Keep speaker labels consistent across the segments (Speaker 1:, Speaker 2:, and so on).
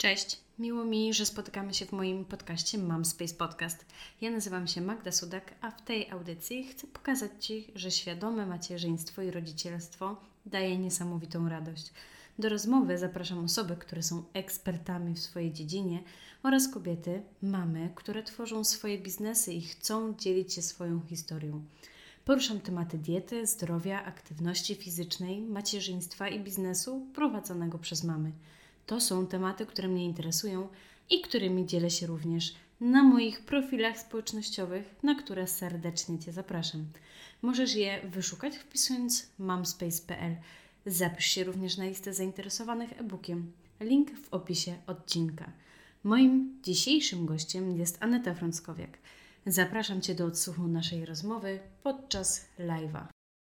Speaker 1: Cześć, miło mi, że spotykamy się w moim podcaście Mom Space Podcast. Ja nazywam się Magda Sudak, a w tej audycji chcę pokazać Ci, że świadome macierzyństwo i rodzicielstwo daje niesamowitą radość. Do rozmowy zapraszam osoby, które są ekspertami w swojej dziedzinie oraz kobiety, mamy, które tworzą swoje biznesy i chcą dzielić się swoją historią. Poruszam tematy diety, zdrowia, aktywności fizycznej, macierzyństwa i biznesu prowadzonego przez mamy. To są tematy, które mnie interesują i którymi dzielę się również na moich profilach społecznościowych, na które serdecznie Cię zapraszam. Możesz je wyszukać wpisując momspace.pl. Zapisz się również na listę zainteresowanych e-bookiem. Link w opisie odcinka. Moim dzisiejszym gościem jest Aneta Frąckowiak. Zapraszam Cię do odsłuchu naszej rozmowy podczas live'a.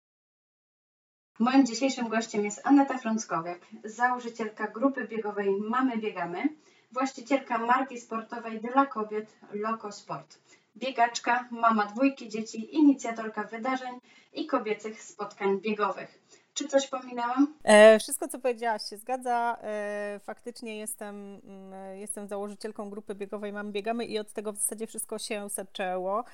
Speaker 1: Moim dzisiejszym gościem jest Aneta Frąckowiak, założycielka grupy biegowej Mamy Biegamy, właścicielka marki sportowej dla kobiet Loco Sport, biegaczka, mama 2 dzieci, inicjatorka wydarzeń i kobiecych spotkań biegowych. Czy coś pominęłam?
Speaker 2: Wszystko, co powiedziałaś, się zgadza. Faktycznie jestem założycielką grupy biegowej Mamy Biegamy i od tego w zasadzie wszystko się zaczęło.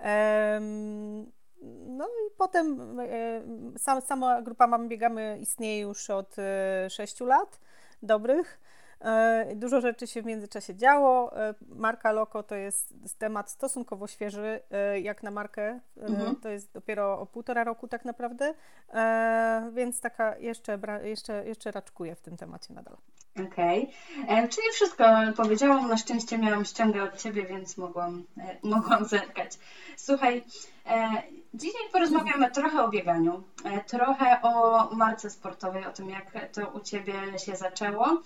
Speaker 2: No i potem sama grupa Mamy Biegamy istnieje już od 6 lat dobrych. Dużo rzeczy się w międzyczasie działo. Marka Loco to jest temat stosunkowo świeży, jak na markę. To jest dopiero o 1,5 roku tak naprawdę, więc taka jeszcze raczkuję w tym temacie nadal.
Speaker 1: Okej. Czyli wszystko powiedziałam. Na szczęście miałam ściągę od Ciebie, więc mogłam zerkać. Słuchaj, dzisiaj porozmawiamy trochę o bieganiu, trochę o marce sportowej, o tym, jak to u Ciebie się zaczęło.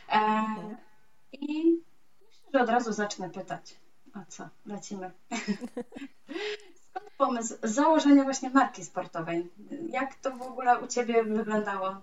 Speaker 1: I myślę, że od razu zacznę pytać. O co? Lecimy. Skąd pomysł założenia właśnie marki sportowej? Jak to w ogóle u Ciebie wyglądało?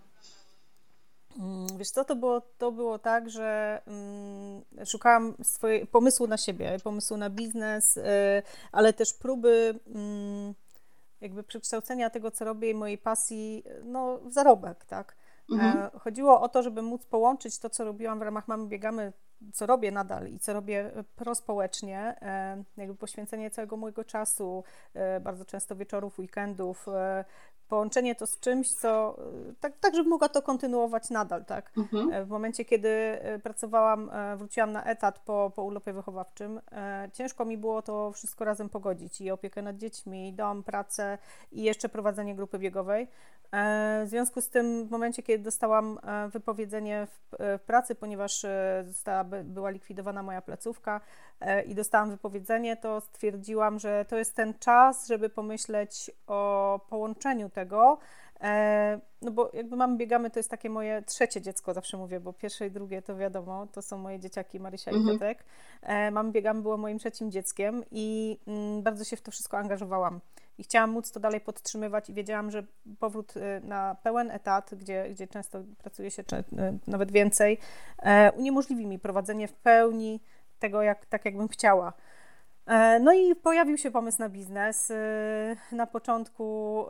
Speaker 2: Wiesz co, to było tak, że szukałam pomysłu na siebie, pomysłu na biznes, ale też próby jakby przekształcenia tego, co robię i mojej pasji, w zarobek, tak? Chodziło o to, żeby móc połączyć to, co robiłam w ramach Mamy Biegamy, co robię nadal i co robię prospołecznie, jakby poświęcenie całego mojego czasu, bardzo często wieczorów, weekendów, połączenie to z czymś, co tak żebym mogła to kontynuować nadal, tak? W momencie, kiedy wróciłam na etat po urlopie wychowawczym, ciężko mi było to wszystko razem pogodzić i opiekę nad dziećmi, i dom, pracę i jeszcze prowadzenie grupy biegowej. W związku z tym, w momencie, kiedy dostałam wypowiedzenie w pracy, ponieważ była likwidowana moja placówka i dostałam wypowiedzenie, to stwierdziłam, że to jest ten czas, żeby pomyśleć o połączeniu tego, no bo jakby Mamy Biegamy to jest takie moje trzecie dziecko, zawsze mówię, bo pierwsze i drugie to wiadomo, to są moje dzieciaki Marysia i Piotrek. Mamy Biegamy było moim trzecim dzieckiem i bardzo się w to wszystko angażowałam. I chciałam móc to dalej podtrzymywać i wiedziałam, że powrót na pełen etat, gdzie często pracuje się nawet więcej, uniemożliwi mi prowadzenie w pełni tego, tak jakbym chciała. No i pojawił się pomysł na biznes. Na początku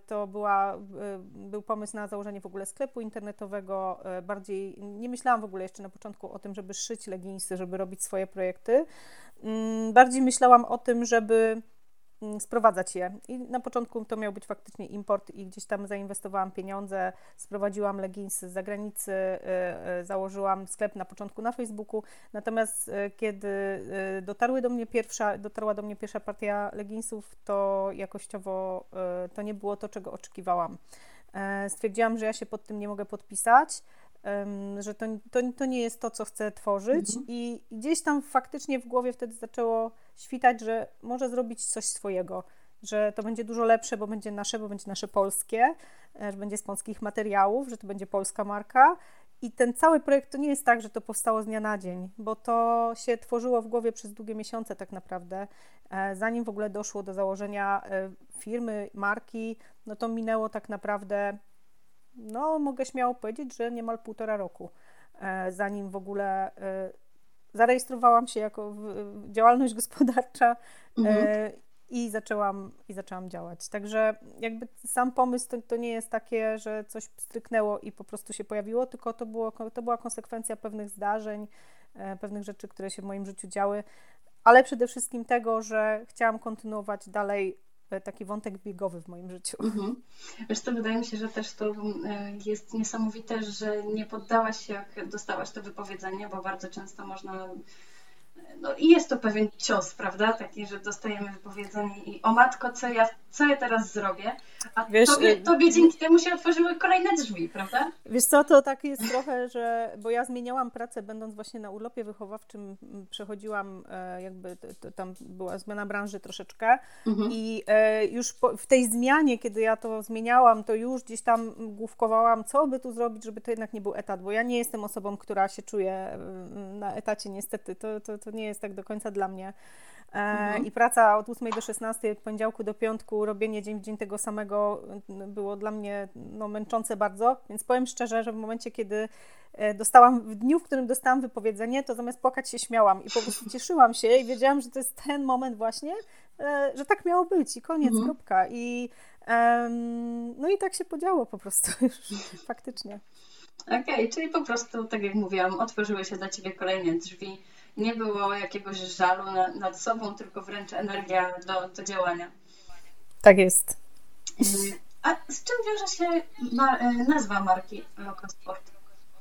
Speaker 2: był pomysł na założenie w ogóle sklepu internetowego. Bardziej nie myślałam w ogóle jeszcze na początku o tym, żeby szyć leginsy, żeby robić swoje projekty. Bardziej myślałam o tym, żeby sprowadzać je. I na początku to miał być faktycznie import i gdzieś tam zainwestowałam pieniądze, sprowadziłam leginsy z zagranicy, założyłam sklep na początku na Facebooku, natomiast kiedy dotarła do mnie pierwsza partia leginsów, to jakościowo to nie było to, czego oczekiwałam. Stwierdziłam, że ja się pod tym nie mogę podpisać, że to nie jest to, co chcę tworzyć i gdzieś tam faktycznie w głowie wtedy zaczęło świtać, że może zrobić coś swojego, że to będzie dużo lepsze, bo będzie nasze polskie, że będzie z polskich materiałów, że to będzie polska marka i ten cały projekt to nie jest tak, że to powstało z dnia na dzień, bo to się tworzyło w głowie przez długie miesiące tak naprawdę, zanim w ogóle doszło do założenia firmy, marki, no to minęło tak naprawdę, mogę śmiało powiedzieć, że niemal 1,5 roku, zanim w ogóle zarejestrowałam się jako działalność gospodarcza i zaczęłam działać. Także jakby sam pomysł to nie jest takie, że coś stryknęło i po prostu się pojawiło, tylko to była konsekwencja pewnych zdarzeń, pewnych rzeczy, które się w moim życiu działy, ale przede wszystkim tego, że chciałam kontynuować dalej taki wątek biegowy w moim życiu.
Speaker 1: Wiesz co, wydaje mi się, że też to jest niesamowite, że nie poddałaś się, jak dostałaś to wypowiedzenie, bo bardzo często można... No i jest to pewien cios, prawda? Taki, że dostajemy wypowiedzenie i o matko, co ja teraz zrobię? A
Speaker 2: Wiesz,
Speaker 1: tobie dzięki temu się otworzyły kolejne drzwi, prawda?
Speaker 2: Wiesz co, to tak jest trochę, bo ja zmieniałam pracę, będąc właśnie na urlopie wychowawczym, przechodziłam jakby, tam była zmiana branży troszeczkę i już w tej zmianie, kiedy ja to zmieniałam, to już gdzieś tam główkowałam, co by tu zrobić, żeby to jednak nie był etat, bo ja nie jestem osobą, która się czuje na etacie, niestety, to nie jest tak do końca dla mnie. I praca od 8 do 16, od poniedziałku do piątku, robienie dzień w dzień tego samego było dla mnie męczące bardzo, więc powiem szczerze, że w momencie, kiedy w dniu, w którym dostałam wypowiedzenie, to zamiast płakać się śmiałam i po prostu cieszyłam się i wiedziałam, że to jest ten moment właśnie, że tak miało być i koniec, kropka. No i tak się podziało po prostu już faktycznie.
Speaker 1: Okej, czyli po prostu, tak jak mówiłam, otworzyły się dla Ciebie kolejne drzwi. Nie było jakiegoś żalu nad sobą, tylko wręcz energia do działania.
Speaker 2: Tak jest.
Speaker 1: A z czym wiąże się nazwa marki Lokosport?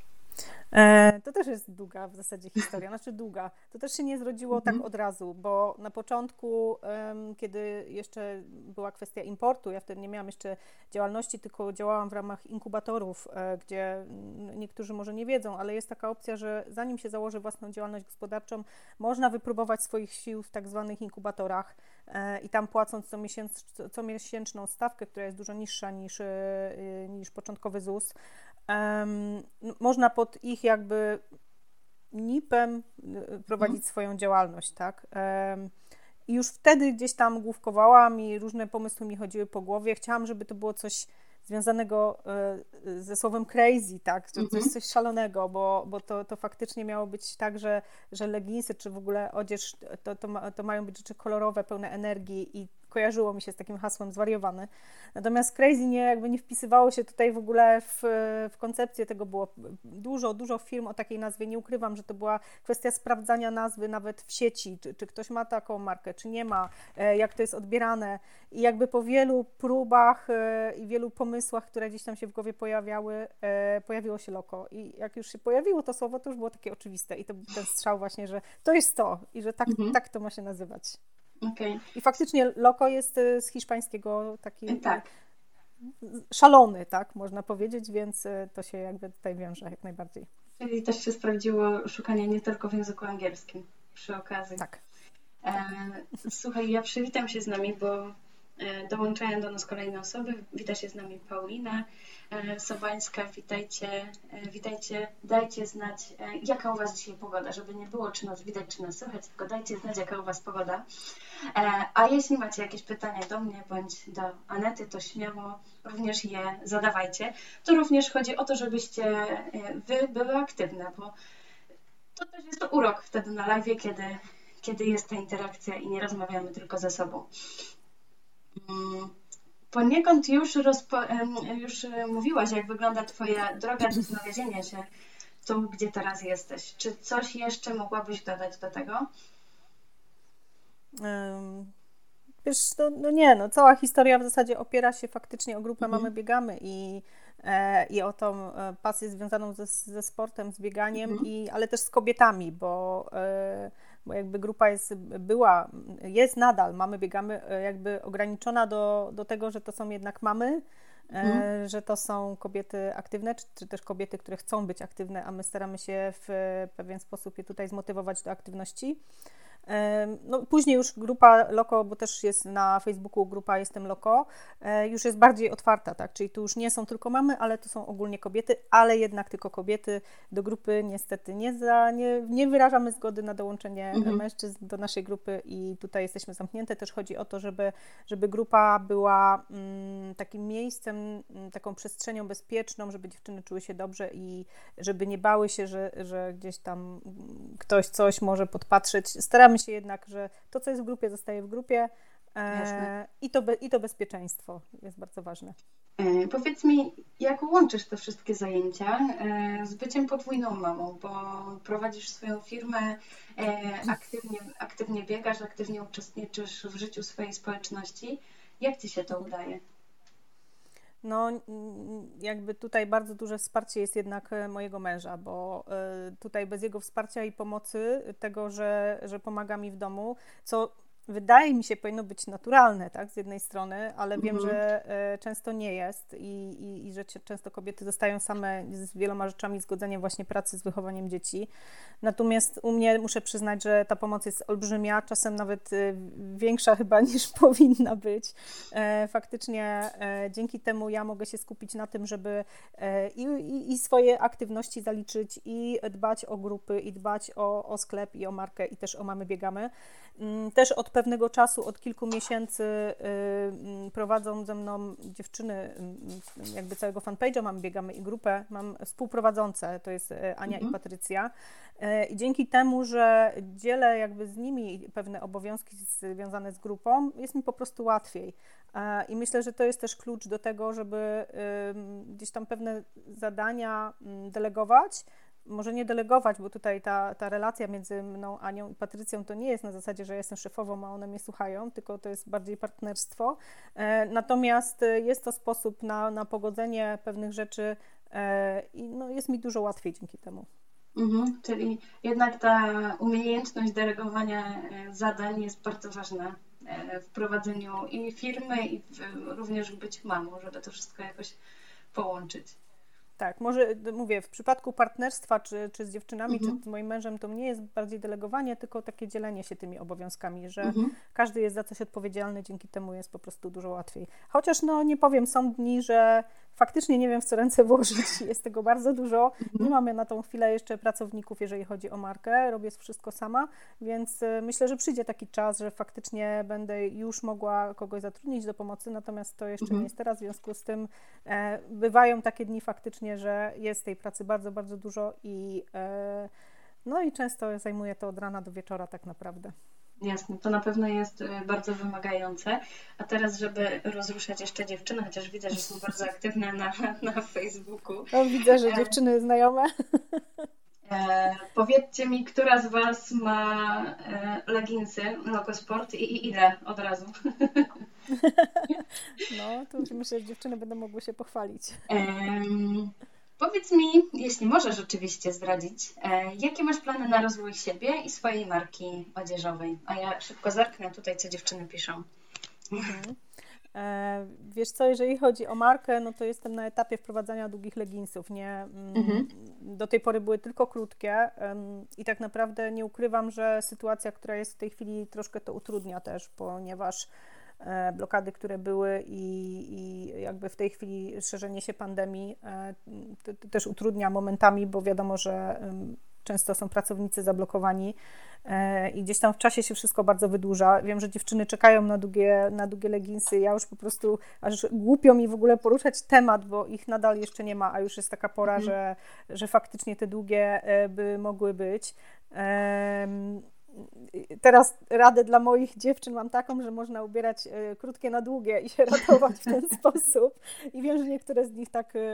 Speaker 2: To też jest długa w zasadzie historia, długa. To też się nie zrodziło tak od razu, bo na początku, kiedy jeszcze była kwestia importu, ja wtedy nie miałam jeszcze działalności, tylko działałam w ramach inkubatorów, gdzie niektórzy może nie wiedzą, ale jest taka opcja, że zanim się założy własną działalność gospodarczą, można wypróbować swoich sił w tak zwanych inkubatorach i tam płacąc comiesięczną stawkę, która jest dużo niższa niż początkowy ZUS, można pod ich jakby NIP-em prowadzić swoją działalność, tak? I już wtedy gdzieś tam główkowałam i różne pomysły mi chodziły po głowie. Chciałam, żeby to było coś związanego ze słowem crazy, tak? Coś szalonego, bo to faktycznie miało być tak, że leginsy czy w ogóle odzież to mają być rzeczy kolorowe, pełne energii i kojarzyło mi się z takim hasłem zwariowany. Natomiast crazy nie wpisywało się tutaj w ogóle w koncepcję tego. Było dużo firm o takiej nazwie. Nie ukrywam, że to była kwestia sprawdzania nazwy nawet w sieci, czy ktoś ma taką markę, czy nie ma, jak to jest odbierane. I jakby po wielu próbach i wielu pomysłach, które gdzieś tam się w głowie pojawiło się Loko. I jak już się pojawiło to słowo, to już było takie oczywiste. I to był ten strzał właśnie, że to jest to i że tak to ma się nazywać.
Speaker 1: Okay.
Speaker 2: I faktycznie Loko jest z hiszpańskiego taki
Speaker 1: tak.
Speaker 2: Szalony, tak można powiedzieć, więc to się jakby tutaj wiąże jak najbardziej.
Speaker 1: Czyli też się sprawdziło szukanie nie tylko w języku angielskim przy okazji.
Speaker 2: Tak.
Speaker 1: Słuchaj, ja przywitam się z nami, bo dołączają do nas kolejne osoby. Wita się z nami Paulina Sobańska. Witajcie. Dajcie znać, jaka u Was dzisiaj pogoda, żeby nie było, czy nas widać, czy nas słychać, tylko dajcie znać, jaka u Was pogoda. A jeśli macie jakieś pytania do mnie bądź do Anety, to śmiało również je zadawajcie. To również chodzi o to, żebyście Wy były aktywne, bo to też jest to urok wtedy na live, kiedy jest ta interakcja i nie rozmawiamy tylko ze sobą. Poniekąd już mówiłaś, jak wygląda Twoja droga do znalezienia się tu, gdzie teraz jesteś. Czy coś jeszcze mogłabyś dodać do tego?
Speaker 2: Wiesz, cała historia w zasadzie opiera się faktycznie o grupę Mamy Biegamy i o tą pasję związaną ze sportem, z bieganiem, ale też z kobietami, bo jakby grupa jest nadal, Mamy Biegamy, jakby ograniczona do tego, że to są jednak mamy, że to są kobiety aktywne, czy też kobiety, które chcą być aktywne, a my staramy się w pewien sposób je tutaj zmotywować do aktywności. Później już grupa Loko, bo też jest na Facebooku grupa Jestem Loko, już jest bardziej otwarta, tak? Czyli tu już nie są tylko mamy, ale to są ogólnie kobiety, ale jednak tylko kobiety. Do grupy niestety nie wyrażamy zgody na dołączenie mężczyzn do naszej grupy i tutaj jesteśmy zamknięte. Też chodzi o to, żeby grupa była takim miejscem, taką przestrzenią bezpieczną, żeby dziewczyny czuły się dobrze i żeby nie bały się, że gdzieś tam ktoś coś może podpatrzeć. Staramy się jednak, że to, co jest w grupie, zostaje w grupie,
Speaker 1: Jasne.
Speaker 2: I to bezpieczeństwo jest bardzo ważne.
Speaker 1: Powiedz mi, jak łączysz te wszystkie zajęcia z byciem podwójną mamą, bo prowadzisz swoją firmę, aktywnie biegasz, aktywnie uczestniczysz w życiu swojej społeczności. Jak Ci się to udaje?
Speaker 2: No, jakby tutaj bardzo duże wsparcie jest jednak mojego męża, bo tutaj bez jego wsparcia i pomocy, tego, że pomaga mi w domu, co wydaje mi się powinno być naturalne, tak, z jednej strony, ale wiem,
Speaker 1: Mhm.
Speaker 2: że często nie jest i że często kobiety zostają same z wieloma rzeczami, z godzeniem właśnie pracy, z wychowaniem dzieci. Natomiast u mnie muszę przyznać, że ta pomoc jest olbrzymia, czasem nawet większa chyba niż powinna być. Faktycznie dzięki temu ja mogę się skupić na tym, żeby i swoje aktywności zaliczyć i dbać o grupy, i dbać o sklep, i o markę, i też o Mamy Biegamy. Też od pewnego czasu, od kilku miesięcy prowadzą ze mną dziewczyny jakby całego fanpage'a Mamy Biegamy i grupę mam współprowadzące, to jest Ania i Patrycja. I dzięki temu, że dzielę jakby z nimi pewne obowiązki związane z grupą, jest mi po prostu łatwiej. I myślę, że to jest też klucz do tego, żeby gdzieś tam pewne zadania delegować. Może nie delegować, bo tutaj ta relacja między mną, Anią i Patrycją to nie jest na zasadzie, że ja jestem szefową, a one mnie słuchają, tylko to jest bardziej partnerstwo. Natomiast jest to sposób na pogodzenie pewnych rzeczy i no, jest mi dużo łatwiej dzięki temu.
Speaker 1: Czyli jednak ta umiejętność delegowania zadań jest bardzo ważna w prowadzeniu i firmy, i również w byciu mamą, żeby to wszystko jakoś połączyć.
Speaker 2: Tak, może mówię, w przypadku partnerstwa, czy z dziewczynami, czy
Speaker 1: Mhm,
Speaker 2: z moim mężem, to nie jest bardziej delegowanie, tylko takie dzielenie się tymi obowiązkami, że
Speaker 1: mhm,
Speaker 2: każdy jest za coś odpowiedzialny, dzięki temu jest po prostu dużo łatwiej. Chociaż no nie powiem, są dni, że faktycznie nie wiem, w co ręce włożyć, jest tego bardzo dużo. Nie
Speaker 1: mhm.
Speaker 2: mamy na tą chwilę jeszcze pracowników, jeżeli chodzi o markę, robię wszystko sama, więc myślę, że przyjdzie taki czas, że faktycznie będę już mogła kogoś zatrudnić do pomocy, natomiast to jeszcze nie
Speaker 1: Mhm.
Speaker 2: jest teraz, w związku z tym bywają takie dni faktycznie, że jest tej pracy bardzo, bardzo dużo no i często zajmuje to od rana do wieczora tak naprawdę.
Speaker 1: Jasne, to na pewno jest bardzo wymagające. A teraz, żeby rozruszać jeszcze dziewczyny, chociaż widzę, że są bardzo aktywne na Facebooku.
Speaker 2: No, widzę, że
Speaker 1: E,
Speaker 2: dziewczyny znajome.
Speaker 1: Powiedzcie mi, która z Was ma leginsy Logo Sport i ile od razu?
Speaker 2: No, to myślę, że dziewczyny będą mogły się pochwalić.
Speaker 1: Em, Powiedz mi, jeśli możesz oczywiście zdradzić, jakie masz plany na rozwój siebie i swojej marki odzieżowej? A ja szybko zerknę tutaj, co dziewczyny piszą.
Speaker 2: Mhm. Wiesz co, jeżeli chodzi o markę, no to jestem na etapie wprowadzania długich leginsów.
Speaker 1: Mhm.
Speaker 2: Do tej pory były tylko krótkie i tak naprawdę nie ukrywam, że sytuacja, która jest w tej chwili, troszkę to utrudnia też, ponieważ blokady, które były i jakby w tej chwili szerzenie się pandemii to też utrudnia momentami, bo wiadomo, że często są pracownicy zablokowani i gdzieś tam w czasie się wszystko bardzo wydłuża. Wiem, że dziewczyny czekają na długie leginsy. Ja już po prostu aż głupio mi w ogóle poruszać temat, bo ich nadal jeszcze nie ma, a już jest taka pora,
Speaker 1: Mhm.
Speaker 2: że faktycznie te długie by mogły być. Teraz radę dla moich dziewczyn mam taką, że można ubierać krótkie na długie i się ratować w ten sposób. I wiem, że niektóre z nich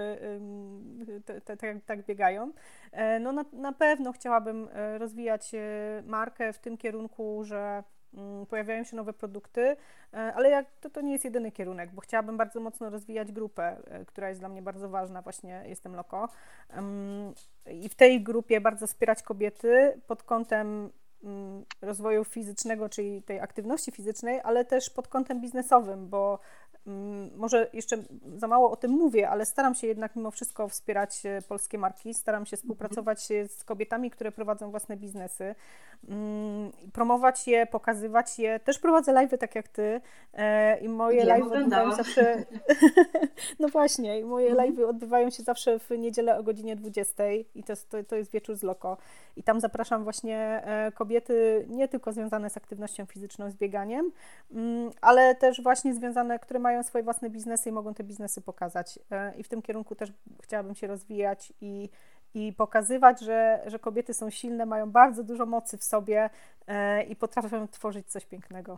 Speaker 2: tak biegają. No na pewno chciałabym rozwijać markę w tym kierunku, że pojawiają się nowe produkty, ale to nie jest jedyny kierunek, bo chciałabym bardzo mocno rozwijać grupę, która jest dla mnie bardzo ważna, właśnie jestem Loko. I w tej grupie bardzo wspierać kobiety pod kątem rozwoju fizycznego, czyli tej aktywności fizycznej, ale też pod kątem biznesowym, bo może jeszcze za mało o tym mówię, ale staram się jednak mimo wszystko wspierać polskie marki, staram się współpracować z kobietami, które prowadzą własne biznesy, promować je, pokazywać je. Też prowadzę live'y tak jak ty i moje
Speaker 1: Wiem,
Speaker 2: live'y odbywają się
Speaker 1: oglądałam.
Speaker 2: zawsze, no właśnie, i moje
Speaker 1: Mhm.
Speaker 2: live'y odbywają się zawsze w niedzielę o godzinie 20 i to jest wieczór z Loko. I tam zapraszam właśnie kobiety nie tylko związane z aktywnością fizyczną, z bieganiem, ale też właśnie związane, które mają swoje własne biznesy i mogą te biznesy pokazać. I w tym kierunku też chciałabym się rozwijać i pokazywać, że kobiety są silne, mają bardzo dużo mocy w sobie i potrafią tworzyć coś pięknego.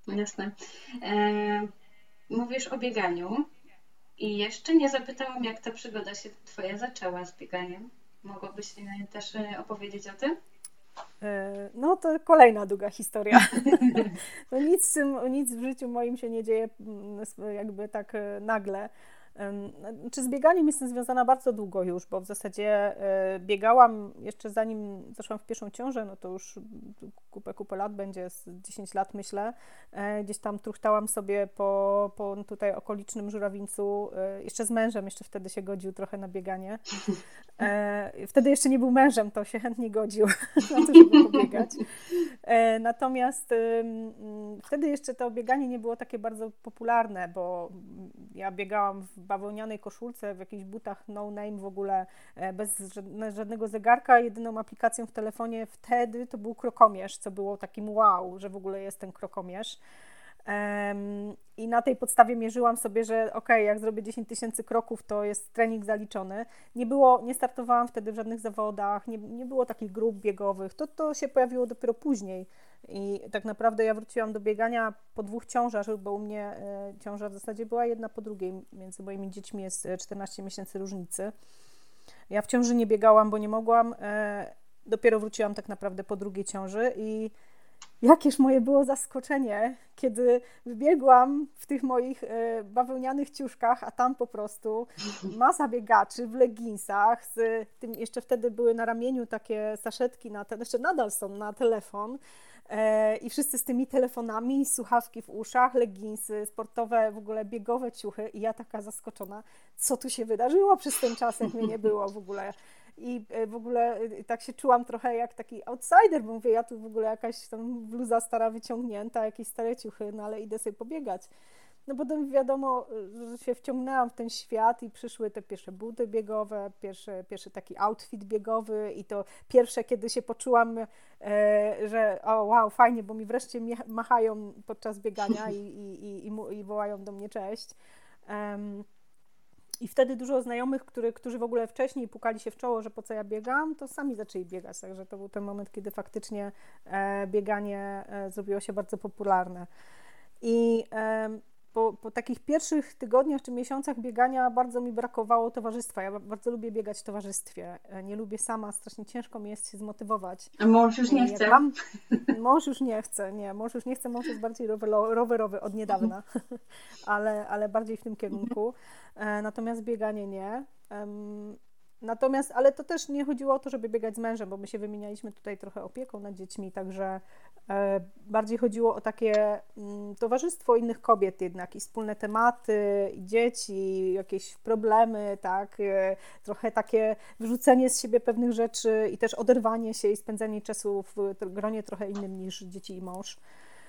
Speaker 1: Jasne. E, Mówisz o bieganiu i jeszcze nie zapytałam, jak ta przygoda się twoja zaczęła z bieganiem. Mogłabyś też opowiedzieć o tym?
Speaker 2: No to kolejna długa historia. No nic w życiu moim się nie dzieje jakby tak nagle. Czy z bieganiem jestem związana bardzo długo już, bo w zasadzie biegałam jeszcze zanim zaszłam w pierwszą ciążę, no to już kupę lat będzie, z 10 lat myślę. Gdzieś tam truchtałam sobie po tutaj okolicznym Żurawińcu, jeszcze z mężem, jeszcze wtedy się godził trochę na bieganie. Wtedy jeszcze nie był mężem, to się chętnie godził na to, żeby pobiegać. Natomiast wtedy jeszcze to bieganie nie było takie bardzo popularne, bo ja biegałam w bawełnianej koszulce, w jakichś butach no name w ogóle, bez żadnego zegarka. Jedyną aplikacją w telefonie wtedy to był krokomierz, co było takim wow, że w ogóle jest ten krokomierz. I na tej podstawie mierzyłam sobie, że jak zrobię 10 000 kroków, to jest trening zaliczony. Nie startowałam wtedy w żadnych zawodach, nie było takich grup biegowych. To się pojawiło dopiero później. I tak naprawdę ja wróciłam do biegania po 2 ciążach, bo u mnie ciąża w zasadzie była jedna po drugiej. Między moimi dziećmi jest 14 miesięcy różnicy. Ja w ciąży nie biegałam, bo nie mogłam. Dopiero wróciłam tak naprawdę po 2 ciąży i jakież moje było zaskoczenie, kiedy wybiegłam w tych moich bawełnianych ciuszkach, a tam po prostu masa biegaczy w leginsach, z tym jeszcze wtedy były na ramieniu takie saszetki, jeszcze nadal są na telefon, i wszyscy z tymi telefonami, słuchawki w uszach, leginsy, sportowe, w ogóle biegowe ciuchy i ja taka zaskoczona, co tu się wydarzyło przez ten czas, jak mnie nie było w ogóle. I w ogóle tak się czułam trochę jak taki outsider, bo mówię, ja tu w ogóle jakaś tam bluza stara wyciągnięta, jakieś stare ciuchy, no ale idę sobie pobiegać. No potem wiadomo, że się wciągnęłam w ten świat i przyszły te pierwsze buty biegowe, pierwszy taki outfit biegowy i to pierwsze, kiedy się poczułam, że o wow, fajnie, bo mi wreszcie machają podczas biegania i wołają do mnie cześć. I wtedy dużo znajomych, którzy w ogóle wcześniej pukali się w czoło, że po co ja biegam, to sami zaczęli biegać. Także to był ten moment, kiedy faktycznie bieganie zrobiło się bardzo popularne. I po takich pierwszych tygodniach czy miesiącach biegania bardzo mi brakowało towarzystwa. Ja bardzo lubię biegać w towarzystwie. Nie lubię sama, strasznie ciężko mi jest się zmotywować.
Speaker 1: A mąż już nie chce?
Speaker 2: Mąż już nie chce, mąż jest bardziej rowerowy od niedawna, ale bardziej w tym kierunku. Natomiast bieganie nie. Ale to też nie chodziło o to, żeby biegać z mężem, bo my się wymienialiśmy tutaj trochę opieką nad dziećmi, także bardziej chodziło o takie towarzystwo innych kobiet jednak i wspólne tematy, i dzieci, jakieś problemy, tak, trochę takie wyrzucenie z siebie pewnych rzeczy i też oderwanie się i spędzanie czasu w gronie trochę innym niż dzieci i mąż.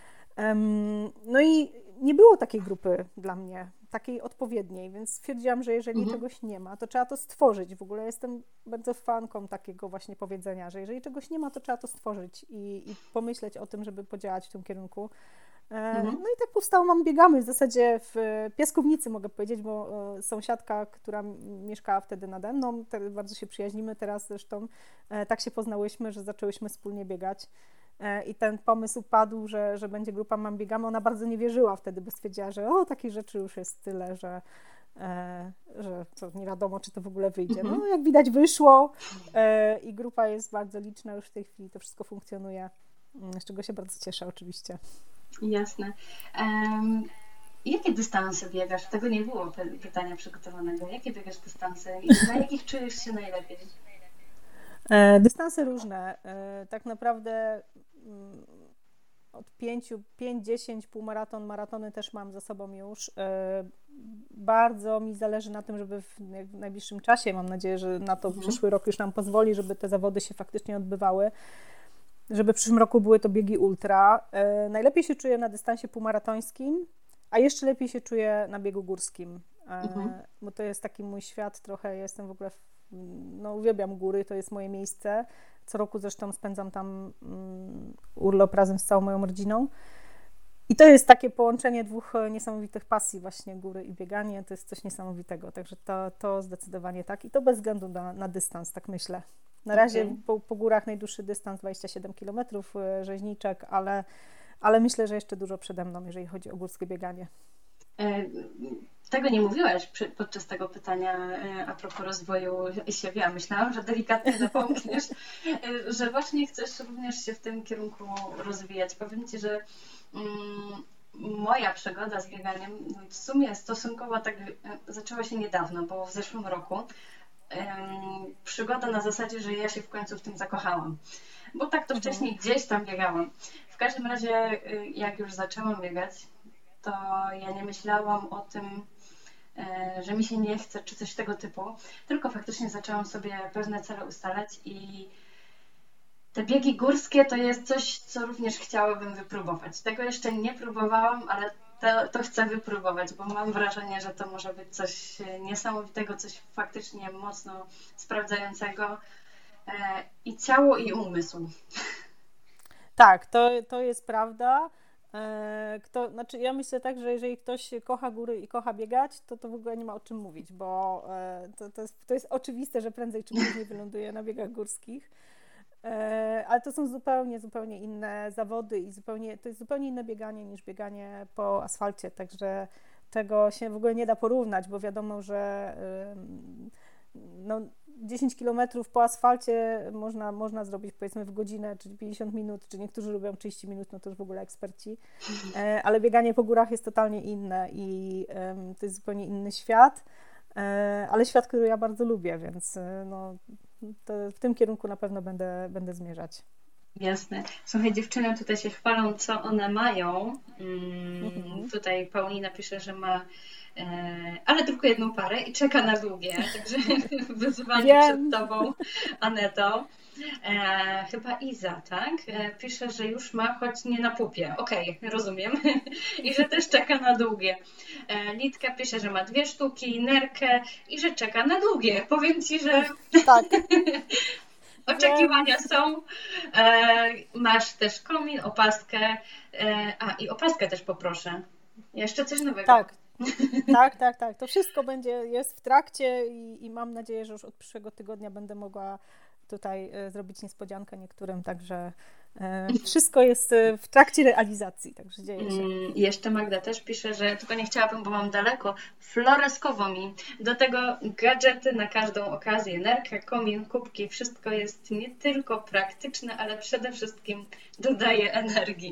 Speaker 2: No i nie było takiej grupy dla mnie, takiej odpowiedniej, więc stwierdziłam, że jeżeli czegoś nie ma, to trzeba to stworzyć. W ogóle jestem bardzo fanką takiego właśnie powiedzenia, że jeżeli czegoś nie ma, to trzeba to stworzyć i pomyśleć o tym, żeby podziałać w tym kierunku. No i tak powstało Mam Biegamy. W zasadzie w Piaskownicy mogę powiedzieć, bo sąsiadka, która mieszkała wtedy nade mną, bardzo się przyjaźnimy teraz zresztą, tak się poznałyśmy, że zaczęłyśmy wspólnie biegać. I ten pomysł padł, że będzie grupa Mam Biegamy. Ona bardzo nie wierzyła wtedy, bo stwierdziła, że takich rzeczy już jest tyle, że to nie wiadomo, czy to w ogóle wyjdzie. No jak widać wyszło i grupa jest bardzo liczna już w tej chwili, to wszystko funkcjonuje, z czego się bardzo cieszę oczywiście.
Speaker 1: Jasne. Jakie dystanse biegasz? Tego nie było pytania przygotowanego. Jakie biegasz dystanse i na jakich czujesz się najlepiej?
Speaker 2: Dystanse różne. Tak naprawdę od 5-10 półmaraton, maratony też mam za sobą już. Bardzo mi zależy na tym, żeby w najbliższym czasie, mam nadzieję, że na to przyszły rok już nam pozwoli, żeby te zawody się faktycznie odbywały, żeby w przyszłym roku były to biegi ultra. Najlepiej się czuję na dystansie półmaratońskim, a jeszcze lepiej się czuję na biegu górskim, bo to jest taki mój świat trochę, jestem w ogóle, uwielbiam góry, to jest moje miejsce. Co roku zresztą spędzam tam urlop razem z całą moją rodziną. I to jest takie połączenie 2 niesamowitych pasji, właśnie góry i bieganie, to jest coś niesamowitego, także to zdecydowanie tak i to bez względu na dystans, tak myślę. Na razie po górach najdłuższy dystans 27 km rzeźniczek, ale ale myślę, że jeszcze dużo przede mną, jeżeli chodzi o górskie bieganie.
Speaker 1: Tego nie mówiłaś podczas tego pytania a propos rozwoju siebie, a myślałam, że delikatnie napomkniesz, że właśnie chcesz również się w tym kierunku rozwijać. Powiem Ci, że moja przygoda z bieganiem w sumie stosunkowo tak zaczęła się niedawno, bo w zeszłym roku przygoda na zasadzie, że ja się w końcu w tym zakochałam. Bo tak to wcześniej gdzieś tam biegałam. W każdym razie, jak już zaczęłam biegać, to ja nie myślałam o tym, że mi się nie chce, czy coś tego typu, tylko faktycznie zaczęłam sobie pewne cele ustalać i te biegi górskie to jest coś, co również chciałabym wypróbować. Tego jeszcze nie próbowałam, ale to chcę wypróbować, bo mam wrażenie, że to może być coś niesamowitego, coś faktycznie mocno sprawdzającego i ciało, i umysł.
Speaker 2: Tak, to jest prawda. Znaczy ja myślę tak, że jeżeli ktoś kocha góry i kocha biegać, to w ogóle nie ma o czym mówić, bo to jest oczywiste, że prędzej czy później wyląduje na biegach górskich. Ale to są zupełnie inne zawody i to jest zupełnie inne bieganie niż bieganie po asfalcie, także tego się w ogóle nie da porównać, bo wiadomo, że no, 10 km po asfalcie można zrobić powiedzmy w godzinę, czy 50 minut, czy niektórzy lubią 30 minut, no to już w ogóle eksperci, ale bieganie po górach jest totalnie inne i to jest zupełnie inny świat, ale świat, który ja bardzo lubię, więc no, to w tym kierunku na pewno będę zmierzać.
Speaker 1: Jasne. Słuchaj, dziewczyny tutaj się chwalą, co one mają. Tutaj Paulina pisze, że ma ale tylko jedną parę i czeka na długie, także wyzwanie przed Tobą, Aneto. Chyba Iza, tak? Pisze, że już ma, choć nie na pupie. Okej, rozumiem. I że też czeka na długie. Litka pisze, że ma 2 sztuki, nerkę i że czeka na długie. Powiem Ci, że
Speaker 2: tak.
Speaker 1: Oczekiwania są. Masz też komin, opaskę. I opaskę też poproszę. Jeszcze coś nowego.
Speaker 2: Tak. To wszystko jest w trakcie i mam nadzieję, że już od przyszłego tygodnia będę mogła tutaj zrobić niespodziankę niektórym, także wszystko jest w trakcie realizacji, także dzieje się.
Speaker 1: Jeszcze Magda też pisze, że tylko nie chciałabym, bo mam daleko, floreskowo mi. Do tego gadżety na każdą okazję, nerkę, komin, kubki, wszystko jest nie tylko praktyczne, ale przede wszystkim dodaje energii.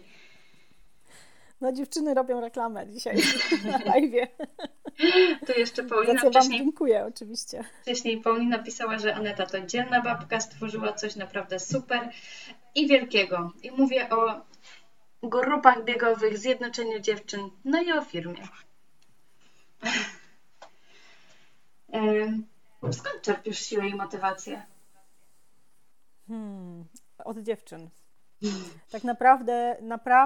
Speaker 2: No dziewczyny robią reklamę dzisiaj na live'ie.
Speaker 1: Tu jeszcze Paulina
Speaker 2: dziękuję oczywiście.
Speaker 1: Wcześniej Paulina pisała, że Aneta to dzielna babka, stworzyła coś naprawdę super i wielkiego. I mówię o grupach biegowych, zjednoczeniu dziewczyn, no i o firmie. Skąd czerpiesz siłę i motywację?
Speaker 2: Od dziewczyn. Tak naprawdę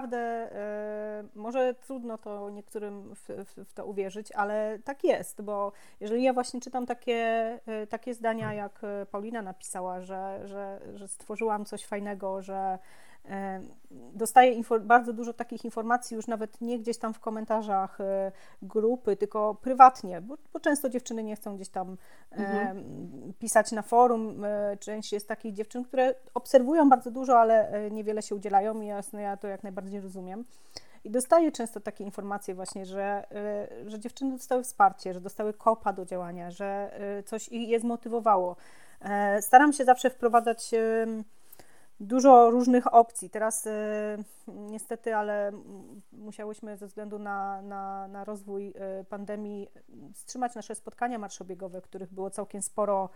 Speaker 2: może trudno to niektórym w to uwierzyć, ale tak jest, bo jeżeli ja właśnie czytam takie zdania, jak Paulina napisała, że stworzyłam coś fajnego, że dostaję bardzo dużo takich informacji już nawet nie gdzieś tam w komentarzach grupy, tylko prywatnie, bo często dziewczyny nie chcą gdzieś tam pisać na forum. Część jest takich dziewczyn, które obserwują bardzo dużo, ale niewiele się udzielają i ja to jak najbardziej rozumiem. I dostaję często takie informacje właśnie, że dziewczyny dostały wsparcie, że dostały kopa do działania, że coś je zmotywowało. Staram się zawsze wprowadzać dużo różnych opcji. Teraz niestety, ale musiałyśmy ze względu na rozwój pandemii wstrzymać nasze spotkania marszobiegowe, których było całkiem sporo.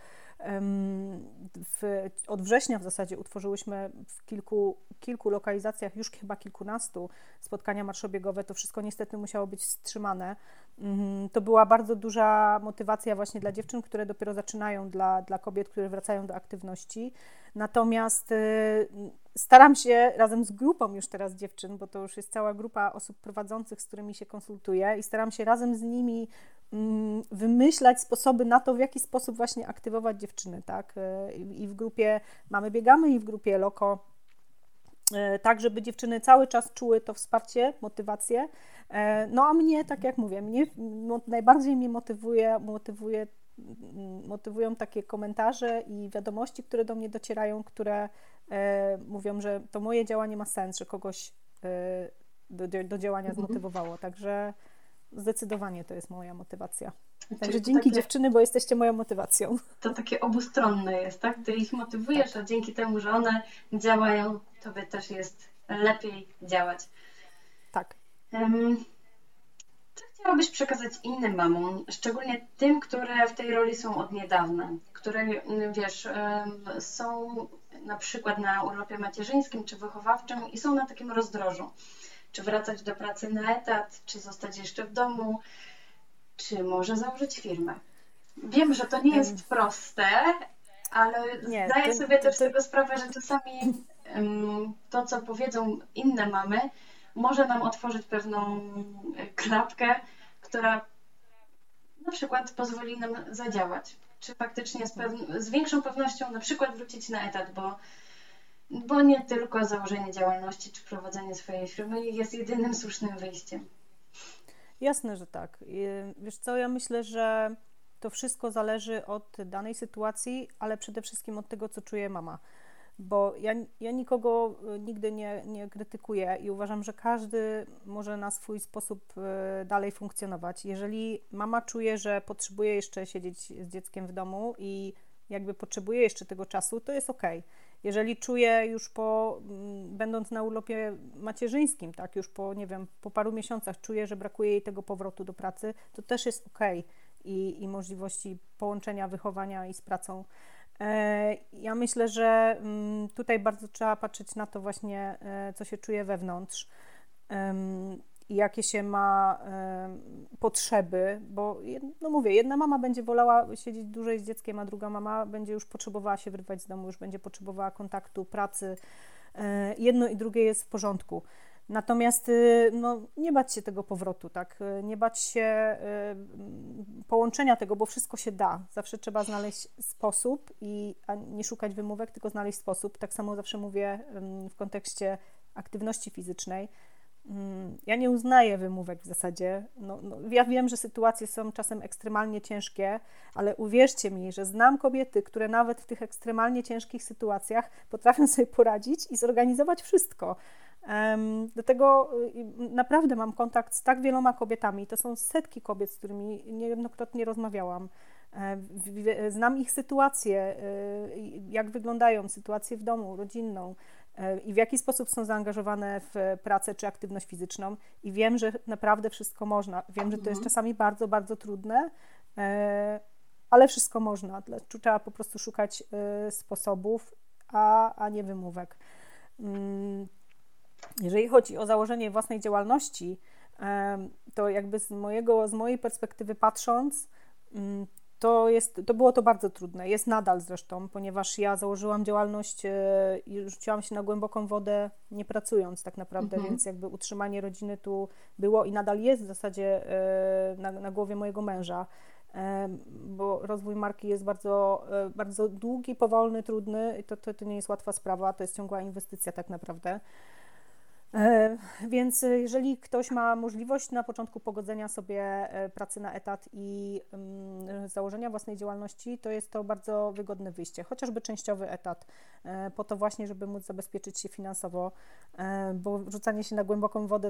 Speaker 2: Od września w zasadzie utworzyłyśmy w kilku lokalizacjach, już chyba kilkunastu, spotkania marszobiegowe. To wszystko niestety musiało być wstrzymane. To była bardzo duża motywacja właśnie dla dziewczyn, które dopiero zaczynają, dla kobiet, które wracają do aktywności. Natomiast staram się razem z grupą już teraz dziewczyn, bo to już jest cała grupa osób prowadzących, z którymi się konsultuję i staram się razem z nimi wymyślać sposoby na to, w jaki sposób właśnie aktywować dziewczyny, tak? I w grupie Mamy Biegamy i w grupie Loko, tak, żeby dziewczyny cały czas czuły to wsparcie, motywację. No a mnie, tak jak mówię, najbardziej mnie motywują takie komentarze i wiadomości, które do mnie docierają, które mówią, że to moje działanie ma sens, że kogoś do działania zmotywowało. Także zdecydowanie to jest moja motywacja. Także
Speaker 1: Czyli to
Speaker 2: dzięki
Speaker 1: takie,
Speaker 2: dziewczyny, bo jesteście moją motywacją.
Speaker 1: to takie obustronne jest, tak? Ty ich motywujesz,
Speaker 2: Tak,
Speaker 1: a dzięki temu, że one działają, tobie też jest lepiej działać.
Speaker 2: tak.
Speaker 1: Em, Co chciałabyś przekazać innym mamom, szczególnie tym, które w tej roli są od niedawna, które, wiesz, są na przykład na urlopie macierzyńskim czy wychowawczym i są na takim rozdrożu. Czy wracać do pracy na etat, czy zostać jeszcze w domu, czy może założyć firmę. Wiem, że to nie
Speaker 2: Em,
Speaker 1: jest proste, ale
Speaker 2: Nie,
Speaker 1: zdaję sobie też z
Speaker 2: to
Speaker 1: tego sprawę, że czasami to, co powiedzą inne mamy, może nam otworzyć pewną klapkę, która na przykład pozwoli nam zadziałać. Czy faktycznie z większą pewnością na przykład wrócić na etat, bo nie tylko założenie działalności czy prowadzenie swojej firmy jest jedynym słusznym wyjściem.
Speaker 2: jasne, że tak. Wiesz co, ja myślę, że to wszystko zależy od danej sytuacji, ale przede wszystkim od tego, co czuje mama. Bo ja nikogo nigdy nie krytykuję i uważam, że każdy może na swój sposób dalej funkcjonować. Jeżeli mama czuje, że potrzebuje jeszcze siedzieć z dzieckiem w domu i jakby potrzebuje jeszcze tego czasu, to jest okej. Jeżeli czuje już będąc na urlopie macierzyńskim, tak, już po, nie wiem, po paru miesiącach czuje, że brakuje jej tego powrotu do pracy, to też jest okej i możliwości połączenia wychowania i z pracą. Ja myślę, że tutaj bardzo trzeba patrzeć na to właśnie, co się czuje wewnątrz i jakie się ma potrzeby, bo no mówię, jedna mama będzie wolała siedzieć dłużej z dzieckiem, a druga mama będzie już potrzebowała się wyrwać z domu, już będzie potrzebowała kontaktu, pracy. Jedno i drugie jest w porządku. Natomiast no, nie bać się tego powrotu, tak? Nie bać się połączenia tego, bo wszystko się da. Zawsze trzeba znaleźć sposób a nie szukać wymówek, tylko znaleźć sposób. Tak samo zawsze mówię w kontekście aktywności fizycznej. Ja nie uznaję wymówek w zasadzie. Ja wiem, że sytuacje są czasem ekstremalnie ciężkie, ale uwierzcie mi, że znam kobiety, które nawet w tych ekstremalnie ciężkich sytuacjach potrafią sobie poradzić i zorganizować wszystko. Dlatego naprawdę mam kontakt z tak wieloma kobietami. To są setki kobiet, z którymi niejednokrotnie rozmawiałam. Znam ich sytuacje, jak wyglądają, sytuację w domu, rodzinną i w jaki sposób są zaangażowane w pracę czy aktywność fizyczną i wiem, że naprawdę wszystko można. Wiem, że to jest czasami bardzo, bardzo trudne, ale wszystko można. Trzeba po prostu szukać sposobów, a nie wymówek. Jeżeli chodzi o założenie własnej działalności, to jakby z mojej perspektywy patrząc, to było to bardzo trudne. Jest nadal zresztą, ponieważ ja założyłam działalność i rzuciłam się na głęboką wodę, nie pracując tak naprawdę, więc jakby utrzymanie rodziny tu było i nadal jest w zasadzie na głowie mojego męża, bo rozwój marki jest bardzo, bardzo długi, powolny, trudny i to nie jest łatwa sprawa, to jest ciągła inwestycja tak naprawdę. Więc jeżeli ktoś ma możliwość na początku pogodzenia sobie pracy na etat i założenia własnej działalności, to jest to bardzo wygodne wyjście, chociażby częściowy etat, po to właśnie, żeby móc zabezpieczyć się finansowo, bo rzucanie się na głęboką wodę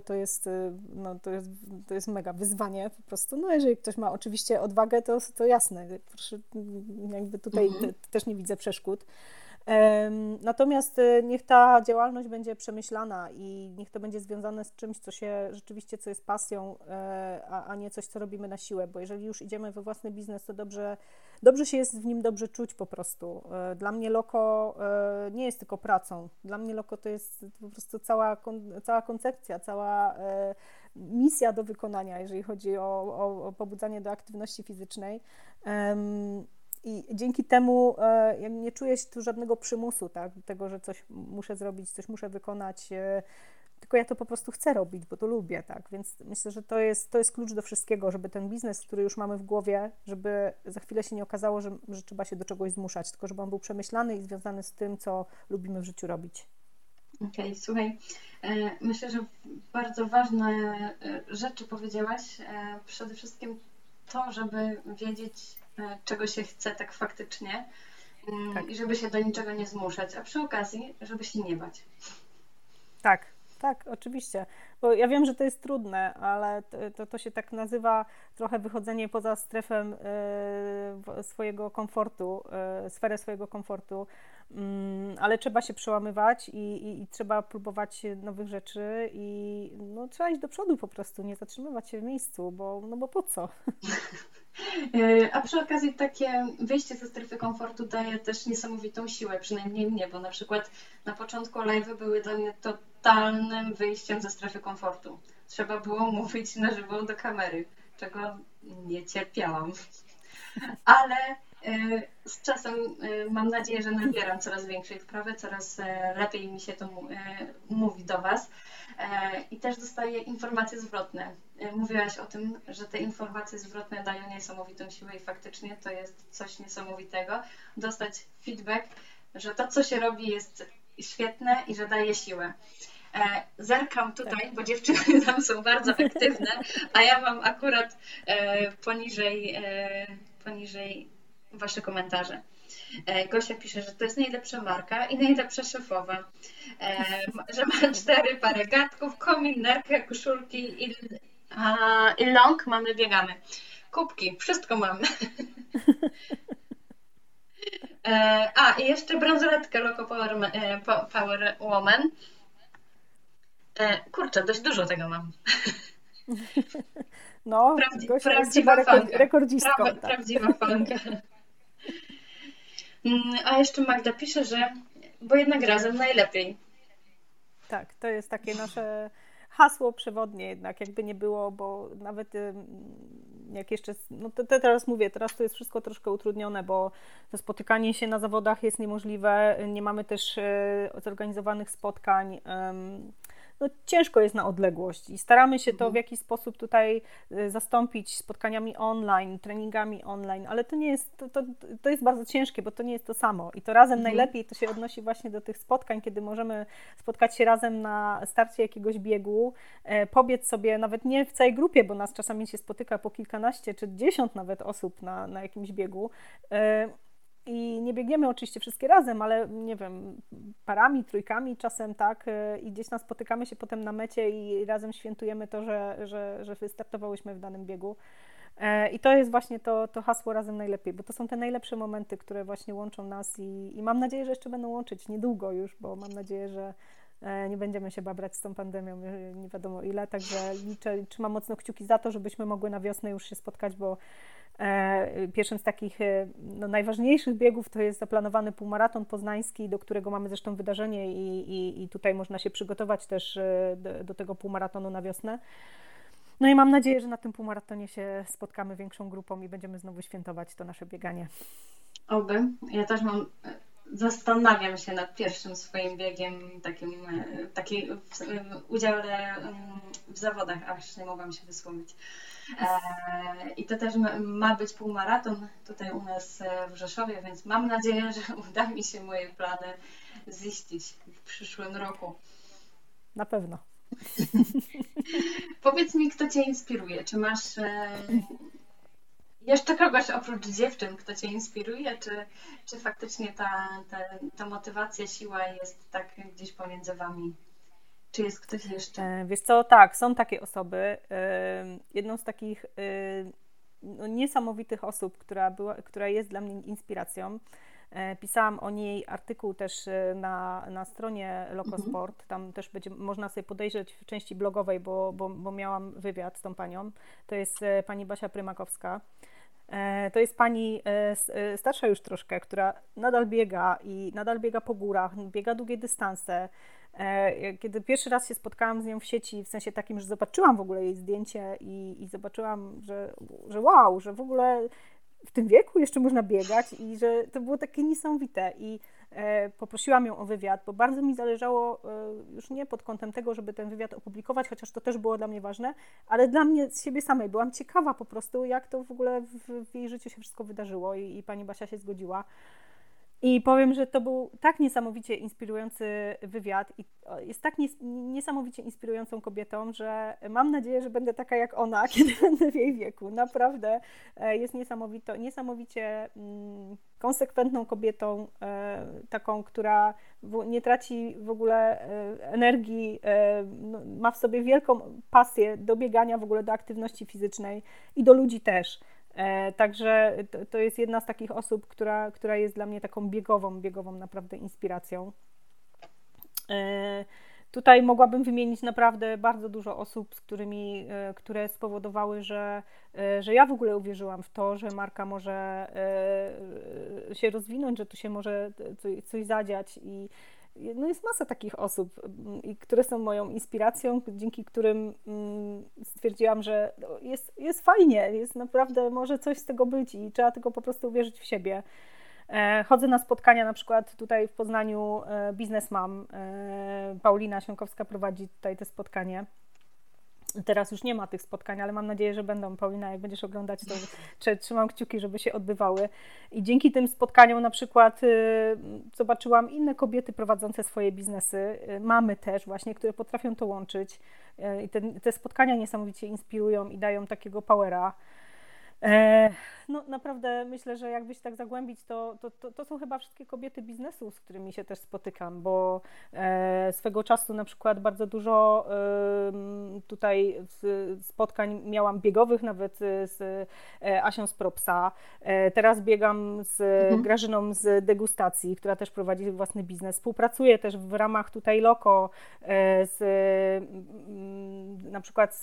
Speaker 2: to jest mega wyzwanie po prostu. No jeżeli ktoś ma oczywiście odwagę, to jasne, proszę, jakby tutaj też nie widzę przeszkód. Natomiast niech ta działalność będzie przemyślana i niech to będzie związane z czymś, co jest pasją, a nie coś, co robimy na siłę, bo jeżeli już idziemy we własny biznes, to dobrze się jest w nim dobrze czuć po prostu. Dla mnie Loko nie jest tylko pracą. Dla mnie Loko to jest po prostu cała koncepcja, cała misja do wykonania, jeżeli chodzi o pobudzanie do aktywności fizycznej. I dzięki temu ja nie czuję się tu żadnego przymusu, tak, tego, że coś muszę zrobić, coś muszę wykonać, tylko ja to po prostu chcę robić, bo to lubię, tak, więc myślę, że to jest klucz do wszystkiego, żeby ten biznes, który już mamy w głowie, żeby za chwilę się nie okazało, że trzeba się do czegoś zmuszać, tylko żeby on był przemyślany i związany z tym, co lubimy w życiu robić.
Speaker 1: Okej, słuchaj, myślę, że bardzo ważne rzeczy powiedziałaś, przede wszystkim to, żeby wiedzieć, czego się chce tak faktycznie i żeby się do niczego nie zmuszać, a przy okazji, żeby się nie bać.
Speaker 2: Tak, Tak, oczywiście. Bo ja wiem, że to jest trudne, ale to się tak nazywa trochę wychodzenie poza strefę swojego komfortu, sferę swojego komfortu, ale trzeba się przełamywać i trzeba próbować nowych rzeczy i no, trzeba iść do przodu po prostu, nie zatrzymywać się w miejscu, bo po co?
Speaker 1: A przy okazji takie wyjście ze strefy komfortu daje też niesamowitą siłę, przynajmniej mnie, bo na przykład na początku live'y były dla mnie totalnym wyjściem ze strefy komfortu. Trzeba było mówić na żywo do kamery, czego nie cierpiałam. Ale z czasem mam nadzieję, że nabieram coraz większej wprawy, coraz lepiej mi się to mówi do Was i też dostaję informacje zwrotne. Mówiłaś o tym, że te informacje zwrotne dają niesamowitą siłę i faktycznie to jest coś niesamowitego. Dostać feedback, że to, co się robi, jest świetne i że daje siłę. Zerkam tutaj, bo dziewczyny tam są bardzo aktywne, a ja mam akurat poniżej Wasze komentarze. Gosia pisze, że to jest najlepsza marka i najlepsza szefowa, że ma 4 pary gadków, komin, nerkę, koszulki i long mamy, biegamy. Kubki, wszystko mamy. I jeszcze bransoletkę Loco Power Woman. Kurczę, dość dużo tego mam.
Speaker 2: No, Gosia jest chyba rekordzistką. Tak.
Speaker 1: Prawdziwa fanka. A jeszcze Magda pisze, że bo jednak razem najlepiej.
Speaker 2: Tak, to jest takie nasze hasło przewodnie jednak, jakby nie było, bo nawet jak jeszcze, no to teraz mówię, teraz to jest wszystko troszkę utrudnione, bo to spotykanie się na zawodach jest niemożliwe, nie mamy też zorganizowanych spotkań, no ciężko jest na odległość i staramy się to w jakiś sposób tutaj zastąpić spotkaniami online, treningami online, ale to nie jest, to jest bardzo ciężkie, bo to nie jest to samo i to razem najlepiej to się odnosi właśnie do tych spotkań, kiedy możemy spotkać się razem na starcie jakiegoś biegu, pobiec sobie nawet nie w całej grupie, bo nas czasami się spotyka po kilkanaście czy 10 nawet osób na jakimś biegu. I nie biegniemy oczywiście wszystkie razem, ale nie wiem, parami, trójkami czasem, tak, i gdzieś tam spotykamy się potem na mecie i razem świętujemy to, że wystartowałyśmy w danym biegu. I to jest właśnie to hasło razem najlepiej, bo to są te najlepsze momenty, które właśnie łączą nas i mam nadzieję, że jeszcze będą łączyć niedługo już, bo mam nadzieję, że nie będziemy się babrać z tą pandemią nie wiadomo ile, także trzymam mocno kciuki za to, żebyśmy mogły na wiosnę już się spotkać, bo pierwszym z takich najważniejszych biegów to jest zaplanowany półmaraton poznański, do którego mamy zresztą wydarzenie i tutaj można się przygotować też do tego półmaratonu na wiosnę. No i mam nadzieję, że na tym półmaratonie się spotkamy większą grupą i będziemy znowu świętować to nasze bieganie.
Speaker 1: Oby. Ja też zastanawiam się nad pierwszym swoim biegiem, takim udziale w zawodach, aż nie mogłam się wysłowić. I to też ma być półmaraton tutaj u nas w Rzeszowie, więc mam nadzieję, że uda mi się moje plany ziścić w przyszłym roku.
Speaker 2: Na pewno.
Speaker 1: Powiedz mi, kto Cię inspiruje? Czy masz jeszcze kogoś oprócz dziewczyn, kto Cię inspiruje? Czy faktycznie ta motywacja, siła jest tak gdzieś pomiędzy Wami? Czy jest ktoś jeszcze?
Speaker 2: Wiesz co, tak, są takie osoby. Jedną z takich niesamowitych osób, która jest dla mnie inspiracją, pisałam o niej artykuł też na stronie Lokosport, tam też będzie można sobie podejrzeć w części blogowej, bo miałam wywiad z tą panią, to jest pani Basia Prymakowska. To jest pani starsza już troszkę, która nadal biega po górach, biega długie dystanse. Kiedy pierwszy raz się spotkałam z nią w sieci, w sensie takim, że zobaczyłam w ogóle jej zdjęcie i zobaczyłam, że wow, że w ogóle w tym wieku jeszcze można biegać i że to było takie niesamowite i poprosiłam ją o wywiad, bo bardzo mi zależało już nie pod kątem tego, żeby ten wywiad opublikować, chociaż to też było dla mnie ważne, ale dla mnie z siebie samej. Byłam ciekawa po prostu, jak to w ogóle w jej życiu się wszystko wydarzyło i pani Basia się zgodziła. I powiem, że to był tak niesamowicie inspirujący wywiad i jest tak niesamowicie inspirującą kobietą, że mam nadzieję, że będę taka jak ona, kiedy będę w jej wieku. Naprawdę jest niesamowicie konsekwentną kobietą, taką, która nie traci w ogóle energii, ma w sobie wielką pasję do biegania, w ogóle do aktywności fizycznej i do ludzi też. Także to jest jedna z takich osób, która jest dla mnie taką biegową naprawdę inspiracją. Tutaj mogłabym wymienić naprawdę bardzo dużo osób, które spowodowały, że ja w ogóle uwierzyłam w to, że marka może się rozwinąć, że tu się może coś zadziać i no jest masa takich osób, które są moją inspiracją, dzięki którym stwierdziłam, że jest fajnie, jest naprawdę, może coś z tego być i trzeba tylko po prostu uwierzyć w siebie. Chodzę na spotkania, na przykład tutaj w Poznaniu Biznes Mam, Paulina Świąkowska prowadzi tutaj te spotkanie. Teraz już nie ma tych spotkań, ale mam nadzieję, że będą. Paulina, jak będziesz oglądać, to trzymam kciuki, żeby się odbywały. I dzięki tym spotkaniom na przykład zobaczyłam inne kobiety prowadzące swoje biznesy, mamy też właśnie, które potrafią to łączyć. I te spotkania niesamowicie inspirują i dają takiego powera. No naprawdę myślę, że jakby się tak zagłębić, to są chyba wszystkie kobiety biznesu, z którymi się też spotykam, bo swego czasu na przykład bardzo dużo tutaj spotkań miałam biegowych, nawet z Asią z Propsa. Teraz biegam z Grażyną z Degustacji, która też prowadzi własny biznes. Współpracuję też w ramach tutaj Loko na przykład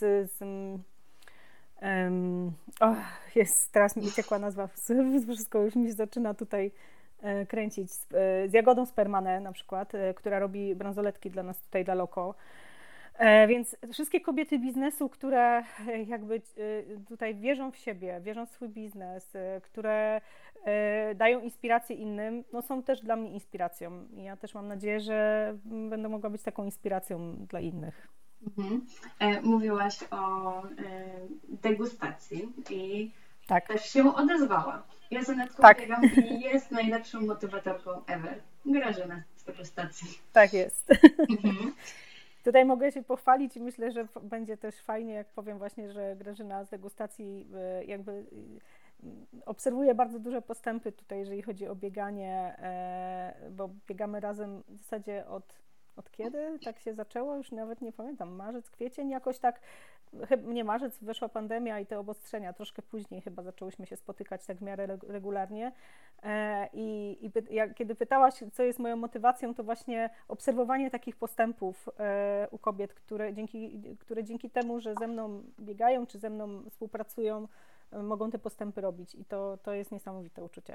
Speaker 2: teraz mi uciekła nazwa, wszystko już mi się zaczyna tutaj kręcić, z Jagodą Spermane na przykład, która robi bransoletki dla nas tutaj, dla Loko. Więc wszystkie kobiety biznesu, które jakby tutaj wierzą w siebie, wierzą w swój biznes, które dają inspirację innym, no są też dla mnie inspiracją. I ja też mam nadzieję, że będę mogła być taką inspiracją dla innych.
Speaker 1: Mówiłaś o degustacji i
Speaker 2: tak.
Speaker 1: też się odezwała. Ja za Netką biegam i jest najlepszą motywatorką ever. Grażyna z degustacji.
Speaker 2: Tak jest. Tutaj mogę się pochwalić i myślę, że będzie też fajnie, jak powiem właśnie, że Grażyna z degustacji jakby obserwuje bardzo duże postępy tutaj, jeżeli chodzi o bieganie, bo biegamy razem w zasadzie od kiedy tak się zaczęło, już nawet nie pamiętam, marzec, kwiecień, jakoś tak, nie marzec, weszła pandemia i te obostrzenia, troszkę później chyba zaczęłyśmy się spotykać tak w miarę regularnie kiedy pytałaś, co jest moją motywacją, to właśnie obserwowanie takich postępów u kobiet, które dzięki temu, że ze mną biegają, czy ze mną współpracują, mogą te postępy robić i to jest niesamowite uczucie.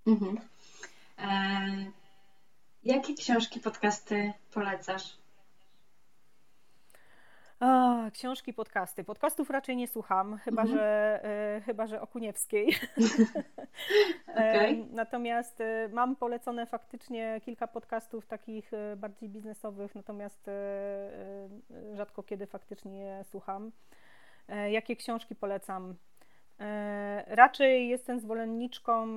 Speaker 1: Jakie książki, podcasty polecasz?
Speaker 2: Książki, podcasty. Podcastów raczej nie słucham, chyba że Okuniewskiej.
Speaker 1: Okay.
Speaker 2: Natomiast mam polecone faktycznie kilka podcastów takich bardziej biznesowych, natomiast rzadko kiedy faktycznie je słucham. Jakie książki polecam? Raczej jestem zwolenniczką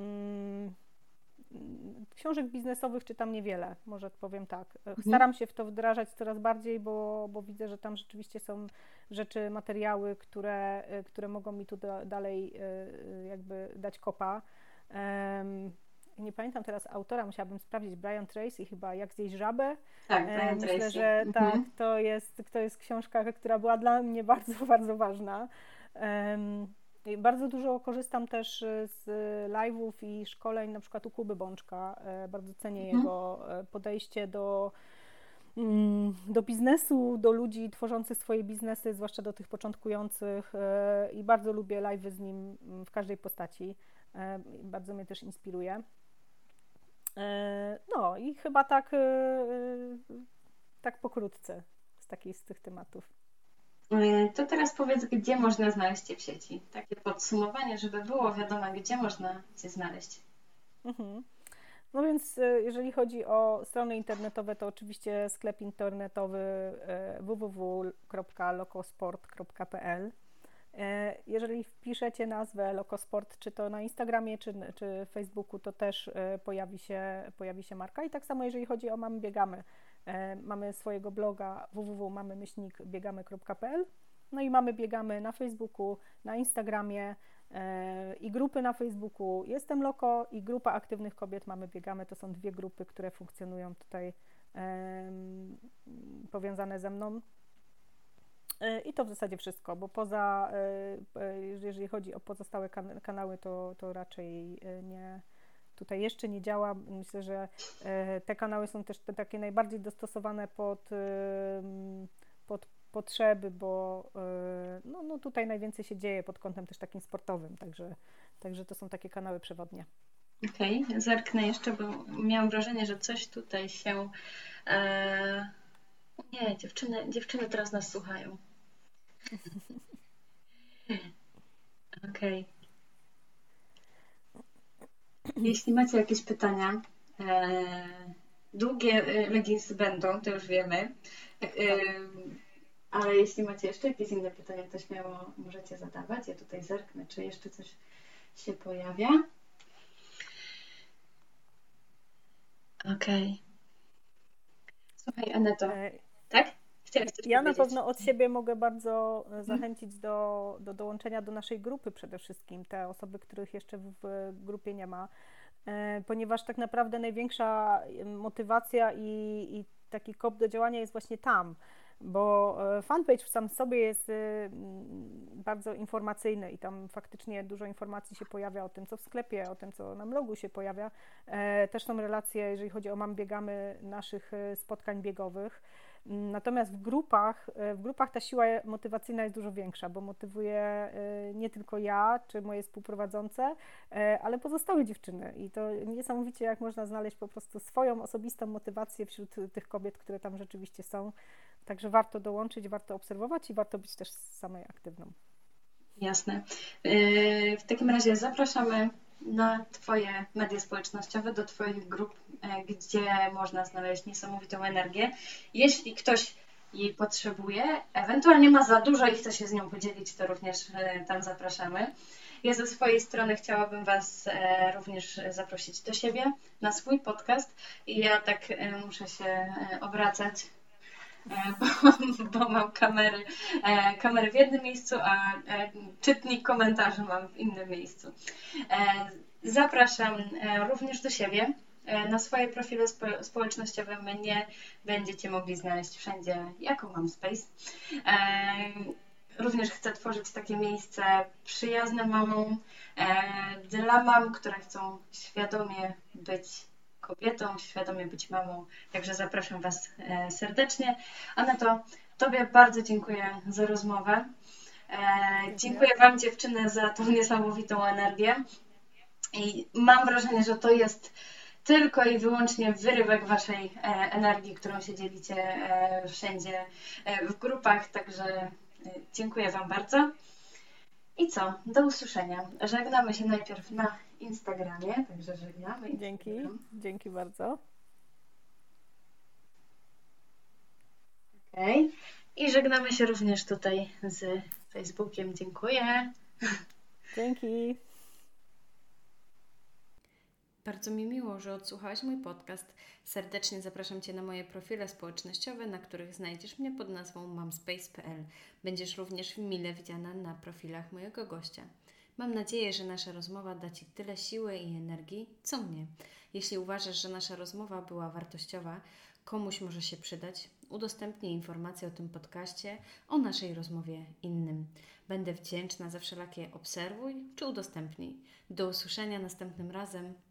Speaker 2: książek biznesowych, czytam niewiele, może powiem tak. Staram się w to wdrażać coraz bardziej, bo widzę, że tam rzeczywiście są rzeczy, materiały, które mogą mi tu dalej jakby dać kopa. Nie pamiętam teraz autora, musiałabym sprawdzić, Brian Tracy chyba, Jak zjeść żabę.
Speaker 1: Tak, Brian
Speaker 2: Myślę,
Speaker 1: Tracy.
Speaker 2: że tak, to jest książka, która była dla mnie bardzo, bardzo ważna. Bardzo dużo korzystam też z live'ów i szkoleń, na przykład u Kuby Bączka. Bardzo cenię jego podejście do biznesu, do ludzi tworzących swoje biznesy, zwłaszcza do tych początkujących i bardzo lubię live'y z nim w każdej postaci. Bardzo mnie też inspiruje. No i chyba tak pokrótce z tych tematów.
Speaker 1: To teraz powiedz, gdzie można znaleźć Cię w sieci? Takie podsumowanie, żeby było wiadomo, gdzie można Cię znaleźć.
Speaker 2: No więc jeżeli chodzi o strony internetowe, to oczywiście sklep internetowy www.lokosport.pl. Jeżeli wpiszecie nazwę Lokosport, czy to na Instagramie, czy Facebooku, to też pojawi się marka. I tak samo jeżeli chodzi o Mamy Biegamy. Mamy swojego bloga www.mamy-biegamy.pl. No i Mamy Biegamy na Facebooku, na Instagramie i grupy na Facebooku. Jestem Loko i grupa aktywnych kobiet Mamy Biegamy. To są dwie grupy, które funkcjonują tutaj powiązane ze mną. I to w zasadzie wszystko, bo jeżeli chodzi o pozostałe kanały, to raczej nie, tutaj jeszcze nie działa. Myślę, że te kanały są też te takie najbardziej dostosowane pod potrzeby, bo no tutaj najwięcej się dzieje pod kątem też takim sportowym, także to są takie kanały przewodnie.
Speaker 1: Okej, zerknę jeszcze, bo miałam wrażenie, że coś tutaj się... Nie, dziewczyny teraz nas słuchają. Okej. Jeśli macie jakieś pytania, długie leginsy będą, to już wiemy. Ale jeśli macie jeszcze jakieś inne pytania, to śmiało możecie zadawać. Ja tutaj zerknę, czy jeszcze coś się pojawia. Okej. Słuchaj, Aneto, tak? Chciałaś coś
Speaker 2: Ja na
Speaker 1: powiedzieć?
Speaker 2: pewno od siebie mogę bardzo zachęcić do dołączenia do naszej grupy przede wszystkim, te osoby, których jeszcze w grupie nie ma, ponieważ tak naprawdę największa motywacja i taki kop do działania jest właśnie tam, bo fanpage sam w sobie jest bardzo informacyjny i tam faktycznie dużo informacji się pojawia o tym, co w sklepie, o tym, co na blogu się pojawia. Też są relacje, jeżeli chodzi o Mam Biegamy, naszych spotkań biegowych. Natomiast w grupach ta siła motywacyjna jest dużo większa, bo motywuje nie tylko ja, czy moje współprowadzące, ale pozostałe dziewczyny. I to niesamowicie, jak można znaleźć po prostu swoją osobistą motywację wśród tych kobiet, które tam rzeczywiście są. Także warto dołączyć, warto obserwować i warto być też samej aktywną.
Speaker 1: Jasne. W takim razie zapraszamy na Twoje media społecznościowe, do Twoich grup, gdzie można znaleźć niesamowitą energię. Jeśli ktoś jej potrzebuje, ewentualnie ma za dużo i chce się z nią podzielić, to również tam zapraszamy. Ja ze swojej strony chciałabym Was również zaprosić do siebie na swój podcast i ja tak muszę się obracać, bo mam kamery w jednym miejscu, a czytnik komentarzy mam w innym miejscu. Zapraszam również do siebie. Na swoje profile społecznościowe mnie będziecie mogli znaleźć wszędzie jako Mam Space. Również chcę tworzyć takie miejsce przyjazne mamom, dla mam, które chcą świadomie być kobietą, świadomie być mamą. Także zapraszam Was serdecznie. Aneto, Tobie bardzo dziękuję za rozmowę. Dziękuję Wam, dziewczyny, za tą niesamowitą energię. I mam wrażenie, że to jest tylko i wyłącznie wyrywek Waszej energii, którą się dzielicie wszędzie w grupach. Także dziękuję Wam bardzo. I co? Do usłyszenia. Żegnamy się najpierw na Instagramie, także żegnamy.
Speaker 2: Dzięki bardzo.
Speaker 1: Okej. I żegnamy się również tutaj z Facebookiem. Dziękuję.
Speaker 2: Dzięki.
Speaker 1: Bardzo mi miło, że odsłuchałaś mój podcast. Serdecznie zapraszam Cię na moje profile społecznościowe, na których znajdziesz mnie pod nazwą mamspace.pl. Będziesz również mile widziana na profilach mojego gościa. Mam nadzieję, że nasza rozmowa da Ci tyle siły i energii, co mnie. Jeśli uważasz, że nasza rozmowa była wartościowa, komuś może się przydać, udostępnij informacje o tym podcaście, o naszej rozmowie innym. Będę wdzięczna za wszelakie obserwuj czy udostępnij. Do usłyszenia następnym razem.